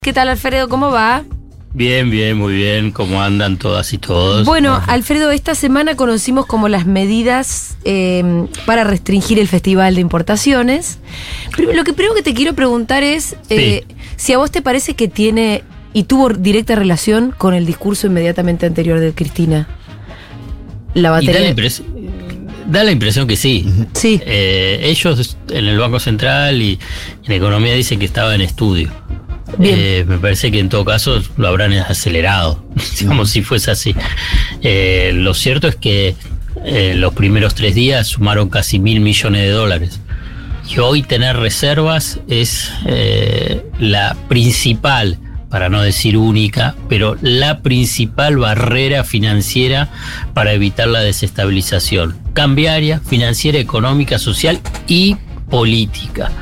¿Qué tal, Alfredo? ¿Cómo va? Bien, muy bien. ¿Cómo andan todas y todos? Bueno, Alfredo, esta semana conocimos como las medidas para restringir el Festival de Importaciones. Pero lo que primero que te quiero preguntar es si a vos te parece que tiene y tuvo directa relación con el discurso inmediatamente anterior de Cristina. La batería. Da la impresión que sí. Sí. Ellos en el Banco Central y en Economía dicen que estaba en estudio. Me parece que en todo caso lo habrán acelerado, digamos, si fuese así. Lo cierto es que los primeros 3 días sumaron casi $1.000 millones. Y hoy tener reservas es la principal, para no decir única, pero la principal barrera financiera para evitar la desestabilización cambiaria, financiera, económica, social y política.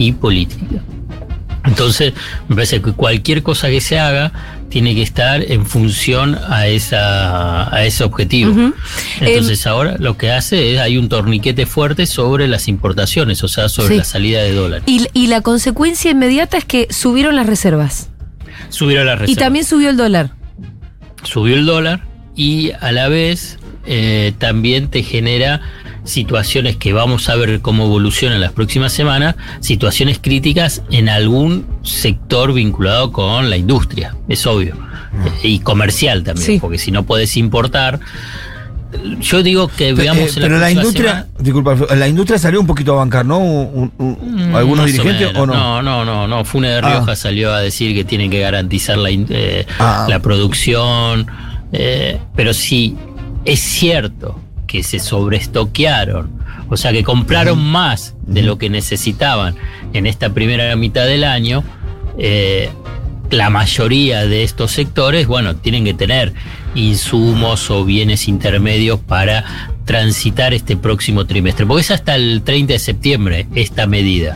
Entonces, me parece que cualquier cosa que se haga tiene que estar en función a ese objetivo. Uh-huh. Entonces, ahora lo que hace es, hay un torniquete fuerte sobre las importaciones, o sea, sobre la salida de dólares. Y la consecuencia inmediata es que subieron las reservas. Y también subió el dólar. Subió el dólar y a la vez también te genera situaciones que vamos a ver cómo evolucionan las próximas semanas, situaciones críticas en algún sector vinculado con la industria, es obvio, y comercial también, porque si no podés importar. Yo digo que veamos pero la industria, disculpa, la industria salió un poquito a bancar, ¿no? ¿Algunos dirigentes o no? No. Fune de Rioja salió a decir que tienen que garantizar la producción, pero sí, es cierto que se sobreestoquearon, o sea que compraron más de lo que necesitaban en esta primera mitad del año. La mayoría de estos sectores, tienen que tener insumos o bienes intermedios para transitar este próximo trimestre, porque es hasta el 30 de septiembre esta medida.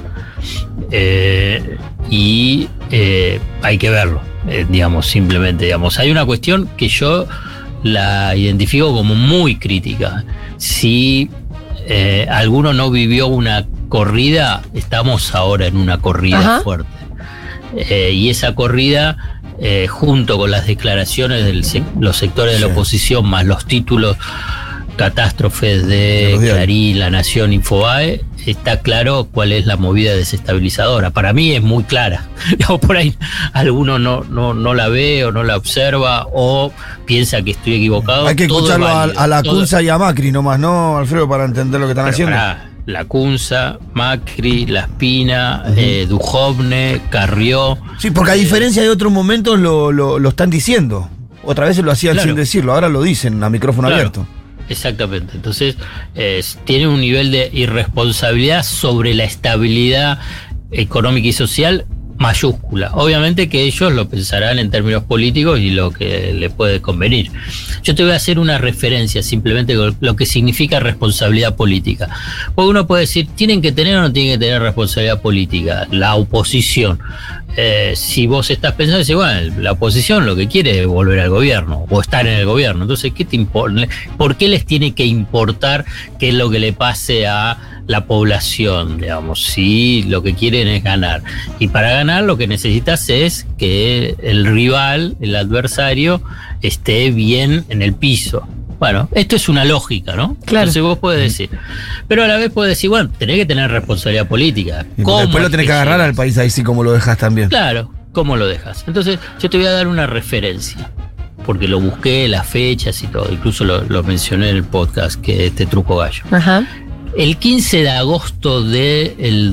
Hay que verlo, simplemente. Hay una cuestión que yo la identifico como muy crítica. Si alguno no vivió una corrida, estamos ahora en una corrida fuerte. Y esa corrida, junto con las declaraciones de los sectores de la oposición, más los títulos catástrofes de Clarín, La Nación, Infobae, está claro cuál es la movida desestabilizadora. Para mí es muy clara. Por ahí alguno no la ve o no la observa o piensa que estoy equivocado. Hay que escucharlo a la Cunza y a Macri nomás, ¿no, Alfredo? Para entender lo que están haciendo. La Cunza, Macri, La Espina, Duhovne, Carrió. Sí, porque a diferencia de otros momentos lo están diciendo. Otra vez se lo hacían sin decirlo, ahora lo dicen a micrófono abierto. Exactamente. Entonces, tiene un nivel de irresponsabilidad sobre la estabilidad económica y social mayúscula. Obviamente que ellos lo pensarán en términos políticos y lo que les puede convenir. Yo te voy a hacer una referencia simplemente con lo que significa responsabilidad política. Porque uno puede decir, ¿tienen que tener o no tienen que tener responsabilidad política? La oposición. Si vos estás pensando, la oposición lo que quiere es volver al gobierno o estar en el gobierno. Entonces, ¿qué te importa? ¿Por qué les tiene que importar qué es lo que le pase a la población, si lo que quieren es ganar? Y para ganar lo que necesitas es que el rival, el adversario, esté bien en el piso. Esto es una lógica, ¿no? Claro. Entonces vos podés decir, pero a la vez podés decir, tenés que tener responsabilidad política. Después lo tenés que agarrar al país ahí, sí, como lo dejas también. Claro, ¿cómo lo dejas? Entonces yo te voy a dar una referencia, porque lo busqué, las fechas y todo, incluso lo mencioné en el podcast, que este Truco Gallo. El 15 de agosto del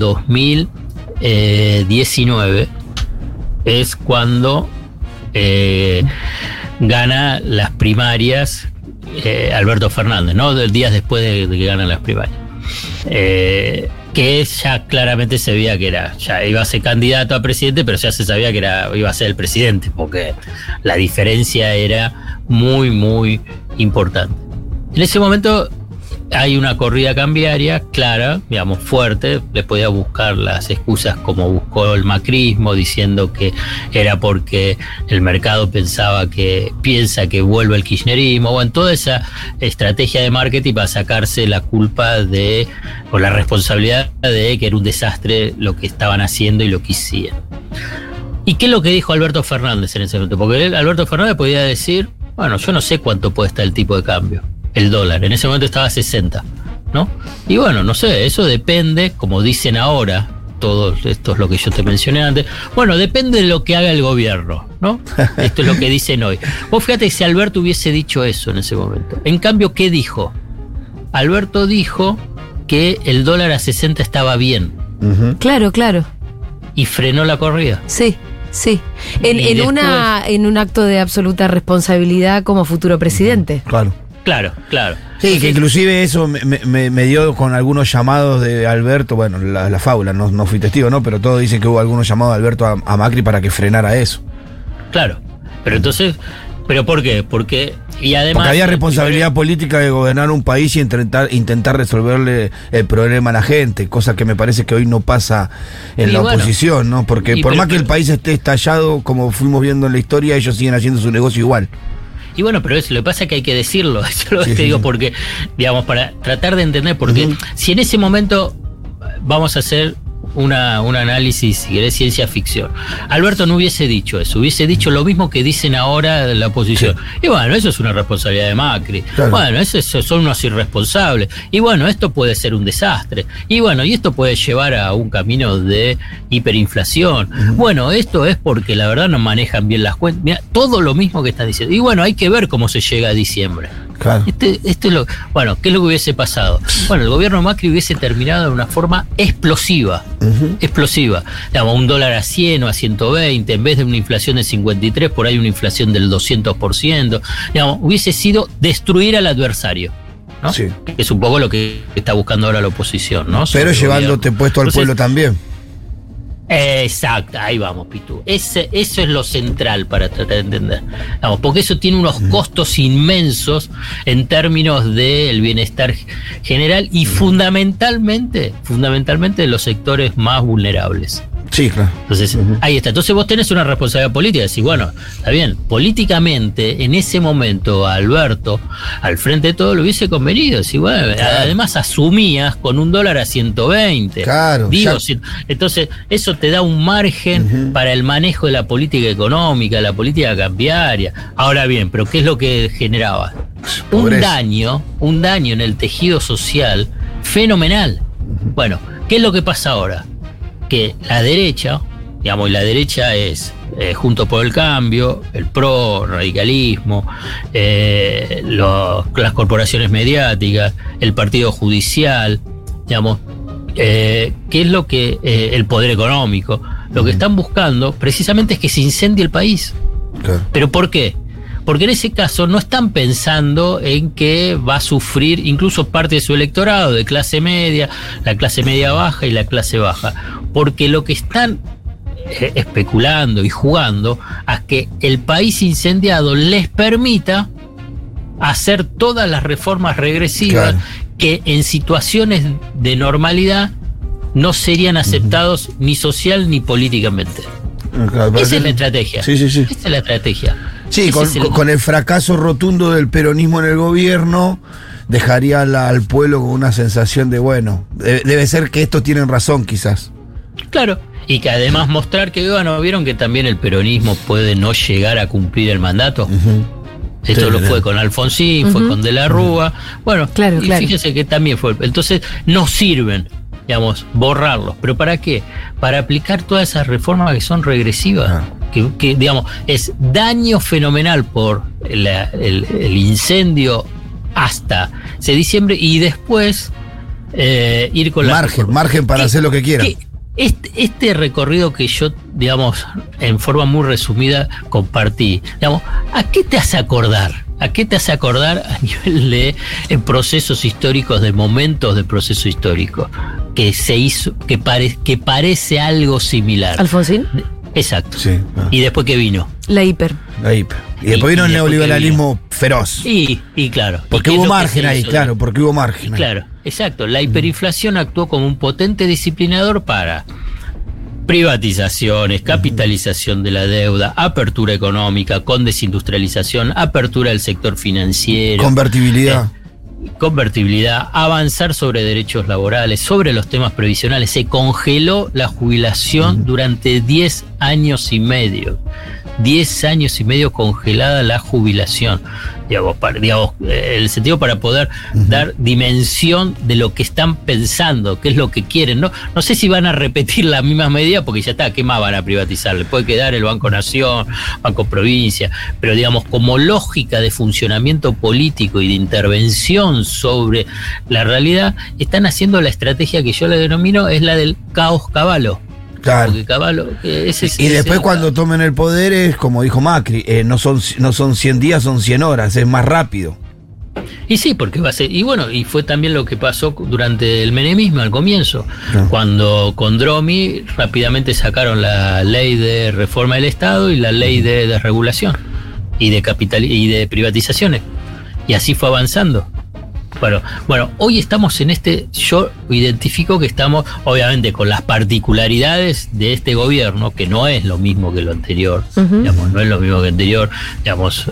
2019 es cuando gana las primarias Alberto Fernández, ¿no? Días después de que ganan las primarias. Que ya claramente se veía que ya iba a ser candidato a presidente, pero ya se sabía que iba a ser el presidente, porque la diferencia era muy, muy importante. En ese momento hay una corrida cambiaria clara, fuerte. Le podía buscar las excusas como buscó el macrismo, diciendo que era porque el mercado piensa que vuelve el kirchnerismo. Toda esa estrategia de marketing para sacarse la culpa o la responsabilidad de que era un desastre lo que estaban haciendo y lo que hicieron. ¿Y qué es lo que dijo Alberto Fernández en ese momento? Porque Alberto Fernández podía decir, bueno, yo no sé cuánto puede estar el tipo de cambio, el dólar. En ese momento estaba a 60, ¿no? Y bueno, no sé, eso depende, como dicen ahora, todo esto es lo que yo te mencioné antes. Bueno, depende de lo que haga el gobierno, ¿no? Esto es lo que dicen hoy. Vos fíjate si Alberto hubiese dicho eso en ese momento. En cambio, ¿qué dijo? Alberto dijo que el dólar a 60 estaba bien. Claro. Y frenó la corrida. Sí. En un acto de absoluta responsabilidad como futuro presidente. Claro. Sí, entonces, que inclusive eso me dio con algunos llamados de Alberto, bueno, la fábula, no fui testigo, ¿no? Pero todos dicen que hubo algunos llamados de Alberto a Macri para que frenara eso. Claro, pero entonces, ¿pero por qué? Porque había responsabilidad política de gobernar un país y intentar resolverle el problema a la gente, cosa que me parece que hoy no pasa en la oposición, ¿no? Porque por más que el país esté estallado, como fuimos viendo en la historia, ellos siguen haciendo su negocio igual. Y bueno, pero eso, lo que pasa es que hay que decirlo, eso es lo que te digo, porque, digamos, para tratar de entender, porque si en ese momento vamos a hacer un análisis, si querés, ciencia ficción. Alberto no hubiese dicho eso, hubiese dicho lo mismo que dicen ahora la oposición. Sí. Y bueno, eso es una responsabilidad de Macri. Claro. Bueno, eso son unos irresponsables. Y bueno, esto puede ser un desastre. Y bueno, y esto puede llevar a un camino de hiperinflación. Bueno, esto es porque la verdad no manejan bien las cuentas. Mira, todo lo mismo que están diciendo. Y bueno, hay que ver cómo se llega a diciembre. Claro. Es lo, bueno, ¿qué es lo que hubiese pasado? Bueno, el gobierno de Macri hubiese terminado de una forma explosiva. Explosiva. Digamos, un dólar a 100 o a 120, en vez de una inflación de 53, por ahí una inflación del 200%. Digamos, hubiese sido destruir al adversario, ¿no? Sí. Que es un poco lo que está buscando ahora la oposición, ¿no? Pero llevándote puesto al pueblo también. Exacto, ahí vamos, Pitu. Eso es lo central para tratar de entender. Vamos, porque eso tiene unos costos inmensos en términos del bienestar general y fundamentalmente de los sectores más vulnerables. Sí, claro. Entonces, ahí está. Entonces vos tenés una responsabilidad política. Decís, bueno, está bien, políticamente, en ese momento, a Alberto, al frente de todo, lo hubiese convenido. Decís, bueno, claro. Además asumías con un dólar a 120. Claro. Digo, entonces, eso te da un margen para el manejo de la política económica, la política cambiaria. Ahora bien, ¿pero qué es lo que generaba? Un daño en el tejido social fenomenal. Bueno, ¿qué es lo que pasa ahora? Que la derecha, digamos, y la derecha es Juntos por el Cambio, el PRO, radicalismo, las corporaciones mediáticas, el partido judicial, digamos, ¿qué es lo que el poder económico? Lo que están buscando precisamente es que se incendie el país. Claro. ¿Pero por qué? Porque en ese caso no están pensando en que va a sufrir incluso parte de su electorado de clase media, la clase media baja y la clase baja. Porque lo que están especulando y jugando a que el país incendiado les permita hacer todas las reformas regresivas que en situaciones de normalidad no serían aceptados ni social ni políticamente. Claro, esa es la estrategia. Sí. Esa es la estrategia. Sí, con el fracaso rotundo del peronismo en el gobierno, dejaría al pueblo con una sensación de, bueno, debe ser que estos tienen razón quizás. Claro, y que además mostrar que, bueno, vieron que también el peronismo puede no llegar a cumplir el mandato. Esto lo fue con Alfonsín, fue con De la Rúa. Bueno, claro. Fíjense que también fue. Entonces, no sirven, digamos, borrarlos. ¿Pero para qué? Para aplicar todas esas reformas que son regresivas. Que digamos, es daño fenomenal por el incendio hasta diciembre y después ir con margen para hacer lo que quieran. Este recorrido que yo, digamos, en forma muy resumida compartí, digamos, ¿a qué te hace acordar? ¿A qué te hace acordar a nivel de procesos históricos, de momentos de proceso histórico que se hizo, que parece algo similar? ¿Alfonsín? Exacto. Sí, ¿y después qué vino? La hiper. Y después vino el neoliberalismo feroz. Y claro. Porque hubo margen ahí, claro, porque hubo margen. Claro, exacto. La hiperinflación actuó como un potente disciplinador para privatizaciones, capitalización de la deuda, apertura económica con desindustrialización, apertura del sector financiero. Convertibilidad. convertibilidad, avanzar sobre derechos laborales, sobre los temas previsionales. Se congeló la jubilación durante 10 años y medio. 10 años y medio congelada la jubilación, digamos, el sentido para poder dar dimensión de lo que están pensando, qué es lo que quieren. No sé si van a repetir las mismas medidas, porque ya está, ¿qué más van a privatizar? Le puede quedar el Banco Nación, Banco Provincia, pero digamos, como lógica de funcionamiento político y de intervención sobre la realidad, están haciendo la estrategia que yo le denomino, es la del caos caballo. Claro. Y después cuando tomen el poder es como dijo Macri, no son 100 días, son 100 horas, es más rápido. Y sí, porque va a ser, y bueno, y fue también lo que pasó durante el menemismo al comienzo, cuando con Dromi rápidamente sacaron la ley de reforma del Estado y la ley de desregulación y de privatizaciones, y así fue avanzando. Bueno, hoy estamos en yo identifico que estamos, obviamente, con las particularidades de este gobierno, que no es lo mismo que lo anterior, digamos, no es lo mismo que el anterior, digamos,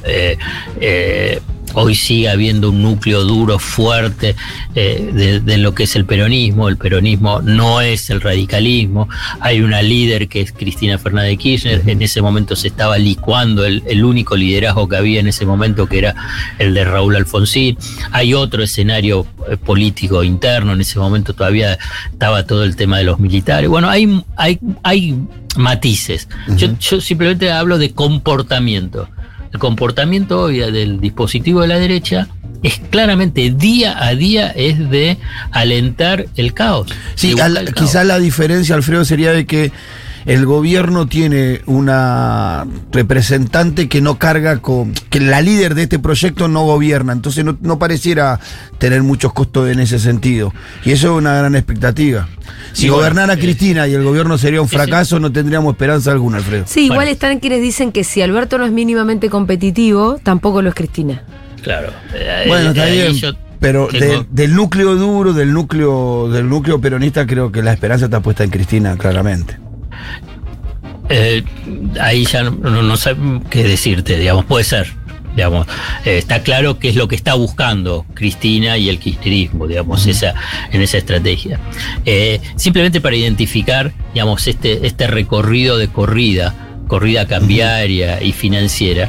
hoy sigue habiendo un núcleo duro, fuerte, de lo que es el peronismo. El peronismo no es el radicalismo. Hay una líder que es Cristina Fernández de Kirchner. En ese momento se estaba licuando el único liderazgo que había en ese momento, que era el de Raúl Alfonsín. Hay otro escenario político interno. En ese momento todavía estaba todo el tema de los militares. Bueno, hay matices. Yo simplemente hablo de comportamiento. El comportamiento hoy del dispositivo de la derecha es claramente, día a día, es de alentar el caos. Sí, quizás la diferencia, Alfredo, sería de que el gobierno tiene una representante que no carga que la líder de este proyecto no gobierna, entonces no pareciera tener muchos costos en ese sentido. Y eso es una gran expectativa. Si gobernara Cristina y el gobierno sería un fracaso, no tendríamos esperanza alguna, Alfredo. Sí, igual están quienes dicen que si Alberto no es mínimamente competitivo, tampoco lo es Cristina. Claro. Bueno, está bien. Pero del núcleo duro, del núcleo peronista, creo que la esperanza está puesta en Cristina, claramente. Ahí ya no sé qué decirte, digamos, puede ser, digamos, está claro qué es lo que está buscando Cristina y el kirchnerismo, digamos, en esa estrategia. Simplemente para identificar, digamos, este recorrido de corrida cambiaria y financiera,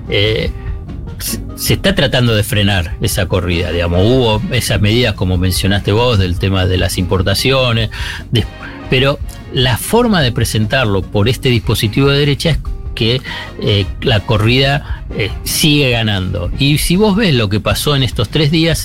se está tratando de frenar esa corrida, digamos, hubo esas medidas como mencionaste vos del tema de las importaciones, pero la forma de presentarlo por este dispositivo de derecha es que la corrida sigue ganando. Y si vos ves lo que pasó en estos 3 días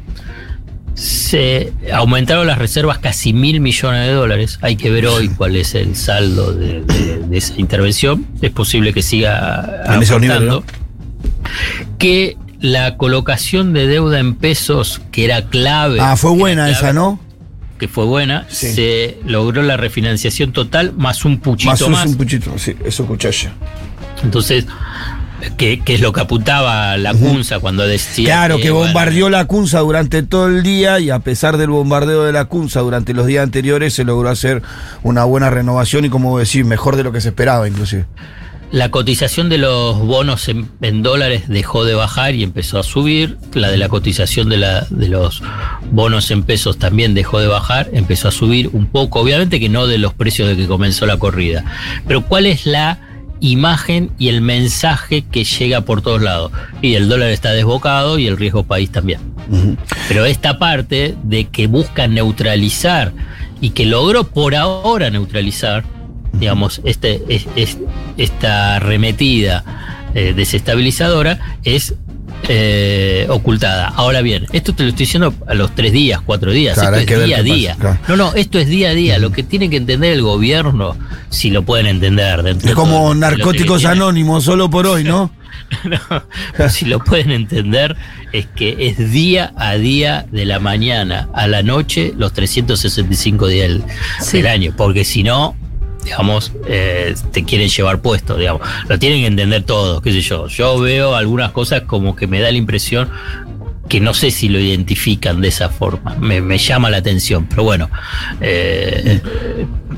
se aumentaron las reservas casi $1.000 millones. Hay que ver hoy cuál es el saldo de esa intervención. Es posible que siga aumentando. Que la colocación de deuda en pesos, que era clave. Fue buena esa, ¿no? Que fue buena, sí. Se logró la refinanciación total más un puchito más. Un puchito, sí, eso escuché yo. Entonces, que es lo que apuntaba la CUNSA cuando decía... Claro, que bombardeó la CUNSA durante todo el día, y a pesar del bombardeo de la CUNSA durante los días anteriores, se logró hacer una buena renovación y, como decir, mejor de lo que se esperaba, inclusive. La cotización de los bonos en dólares dejó de bajar y empezó a subir. La de la cotización de los bonos en pesos también dejó de bajar, empezó a subir un poco. Obviamente que no de los precios de que comenzó la corrida. Pero ¿cuál es la imagen y el mensaje que llega por todos lados? Y el dólar está desbocado y el riesgo país también. Pero esta parte de que busca neutralizar y que logró por ahora neutralizar, digamos, esta arremetida desestabilizadora es ocultada. Ahora bien, esto te lo estoy diciendo a los 3 días, 4 días, claro, esto es día a día. Claro. No, esto es día a día. Lo que tiene que entender el gobierno, si lo pueden entender. Dentro es como Narcóticos Anónimos, solo por hoy, ¿no? No, si lo pueden entender, es que es día a día, de la mañana a la noche, los 365 días del año, porque si no, digamos, te quieren llevar puesto, digamos. Lo tienen que entender todos, qué sé yo. Yo veo algunas cosas como que me da la impresión que no sé si lo identifican de esa forma. Me llama la atención, pero bueno,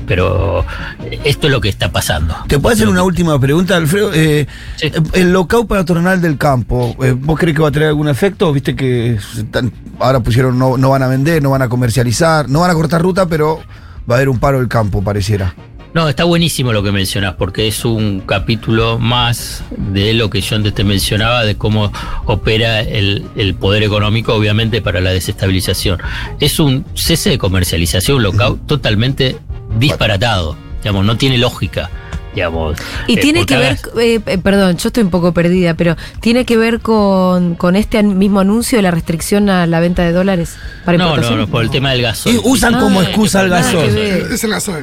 pero esto es lo que está pasando. ¿Te puedo hacer una última pregunta, Alfredo? Sí. El lockout patronal del campo, ¿vos crees que va a tener algún efecto? Viste que ahora pusieron no van a vender, no van a comercializar, no van a cortar ruta, pero va a haber un paro del campo, pareciera. No, está buenísimo lo que mencionás, porque es un capítulo más de lo que yo antes te mencionaba, de cómo opera el poder económico, obviamente, para la desestabilización. Es un cese de comercialización, un lockout totalmente disparatado, digamos, no tiene lógica. Digamos, y tiene que ver, perdón, yo estoy un poco perdida, pero ¿tiene que ver con este mismo anuncio de la restricción a la venta de dólares para importación? No, por el tema del gasoil. Usan como excusa el gasoil. Es el gasoil.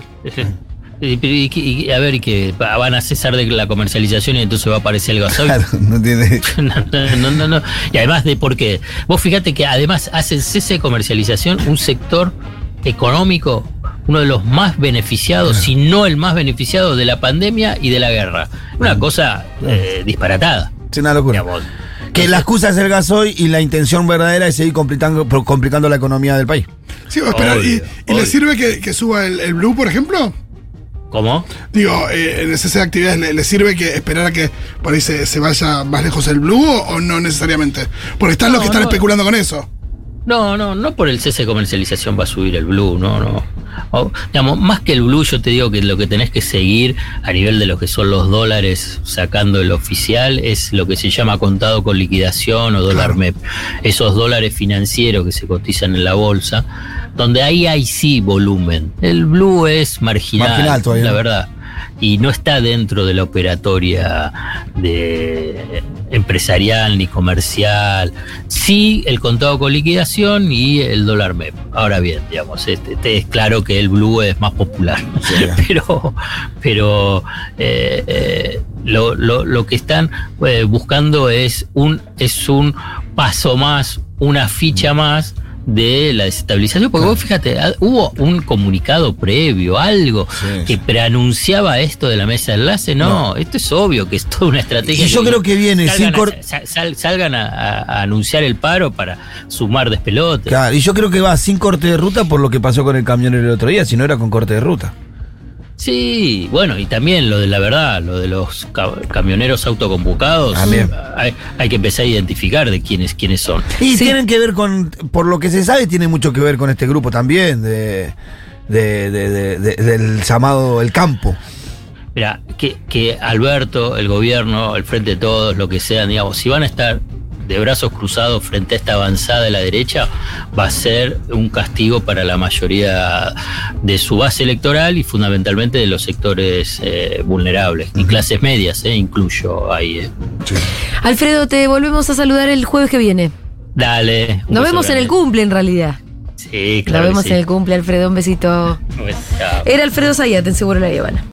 Y a ver, que van a cesar de la comercialización y entonces va a aparecer el gasoil. Claro, no tiene. No. Y además de por qué. Vos fíjate que además hacen cese de comercialización un sector económico, uno de los más beneficiados, si no el más beneficiado de la pandemia y de la guerra. Una cosa disparatada. Es una locura. Digamos. Que la excusa es el gasoil y la intención verdadera es seguir complicando la economía del país. Sí, va a esperar. ¿Y le sirve que suba el blue, por ejemplo? ¿Cómo? Digo, en el cese de actividades, ¿le sirve que esperar a que por ahí se vaya más lejos el blue o no necesariamente? Porque están los que están especulando con eso. No por el cese de comercialización va a subir el blue, no. Digamos, más que el blue, yo te digo que lo que tenés que seguir a nivel de lo que son los dólares sacando el oficial es lo que se llama contado con liquidación o dólar MEP. Esos dólares financieros que se cotizan en la bolsa, donde ahí hay sí volumen. El blue es marginal todavía, la verdad. Y no está dentro de la operatoria empresarial ni comercial. Sí, el contado con liquidación y el dólar MEP. Ahora bien, digamos, es claro que el blue es más popular. Sí. Pero lo que están buscando es un paso más, una ficha más de la desestabilización, porque vos fíjate, hubo un comunicado previo, algo que preanunciaba esto de la mesa de enlace. No, esto es obvio que es toda una estrategia. Y yo creo que viene salgan a anunciar el paro para sumar despelote. Claro, y yo creo que va sin corte de ruta por lo que pasó con el camionero el otro día, si no era con corte de ruta. Sí, bueno, y también lo de la verdad, lo de los camioneros autoconvocados, hay que empezar a identificar de quiénes son. Y tienen que ver por lo que se sabe, tiene mucho que ver con este grupo también, del llamado El Campo. Mira, que Alberto, el gobierno, el Frente de Todos, lo que sean, digamos, si van a estar de brazos cruzados frente a esta avanzada de la derecha, va a ser un castigo para la mayoría de su base electoral y fundamentalmente de los sectores vulnerables, y clases medias, incluyo ahí. Sí. Alfredo, te volvemos a saludar el jueves que viene. Dale. Nos vemos en el cumple, en realidad. Sí, claro. Nos vemos en el cumple, Alfredo, un besito. Era Alfredo Zayat en Seguro La Habana.